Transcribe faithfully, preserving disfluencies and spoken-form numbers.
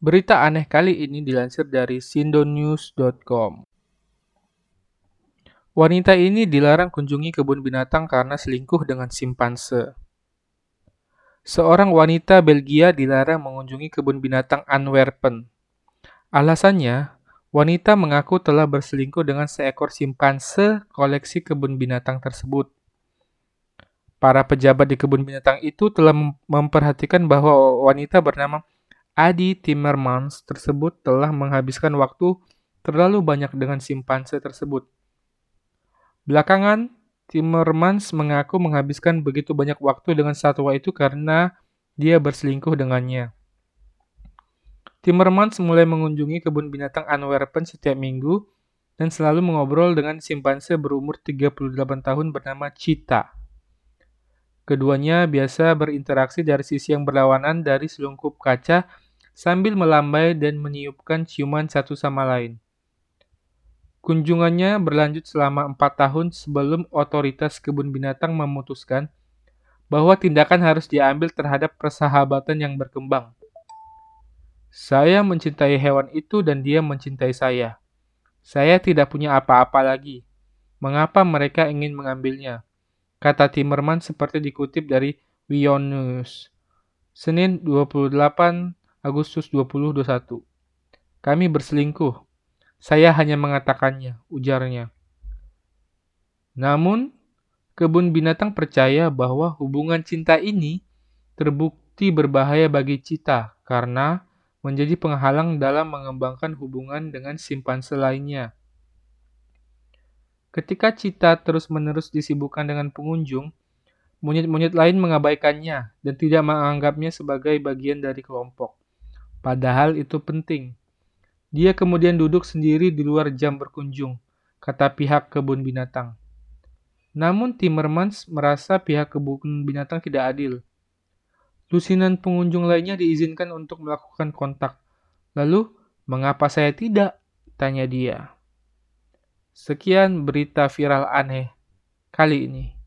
Berita aneh kali ini dilansir dari sindonews dot com. Wanita ini dilarang kunjungi kebun binatang karena selingkuh dengan simpanse. Seorang wanita Belgia dilarang mengunjungi kebun binatang Antwerpen. Alasannya, wanita mengaku telah berselingkuh dengan seekor simpanse koleksi kebun binatang tersebut. Para pejabat di kebun binatang itu telah mem- memperhatikan bahwa wanita bernama Adi Timmermans tersebut telah menghabiskan waktu terlalu banyak dengan simpanse tersebut. Belakangan, Timmermans mengaku menghabiskan begitu banyak waktu dengan satwa itu karena dia berselingkuh dengannya. Timmermans mulai mengunjungi kebun binatang Antwerpen setiap minggu dan selalu mengobrol dengan simpanse berumur tiga puluh delapan tahun bernama Cheetah. Keduanya biasa berinteraksi dari sisi yang berlawanan dari selungkup kaca sambil melambai dan meniupkan ciuman satu sama lain. Kunjungannya berlanjut selama empat tahun sebelum otoritas kebun binatang memutuskan bahwa tindakan harus diambil terhadap persahabatan yang berkembang. Saya mencintai hewan itu dan dia mencintai saya. Saya tidak punya apa-apa lagi. Mengapa mereka ingin mengambilnya? Kata Timmermans seperti dikutip dari Wion News. Senin dua puluh delapan Agustus dua ribu dua puluh satu. Kami berselingkuh. Saya hanya mengatakannya, ujarnya. Namun, kebun binatang percaya bahwa hubungan cinta ini terbukti berbahaya bagi Cheetah karena menjadi penghalang dalam mengembangkan hubungan dengan simpanse lainnya. Ketika Cheetah terus-menerus disibukkan dengan pengunjung, monyet-monyet lain mengabaikannya dan tidak menganggapnya sebagai bagian dari kelompok. Padahal itu penting. Dia kemudian duduk sendiri di luar jam berkunjung, kata pihak kebun binatang. Namun Timmermans merasa pihak kebun binatang tidak adil. Lusinan pengunjung lainnya diizinkan untuk melakukan kontak. Lalu, mengapa saya tidak? Tanya dia. Sekian berita viral aneh kali ini.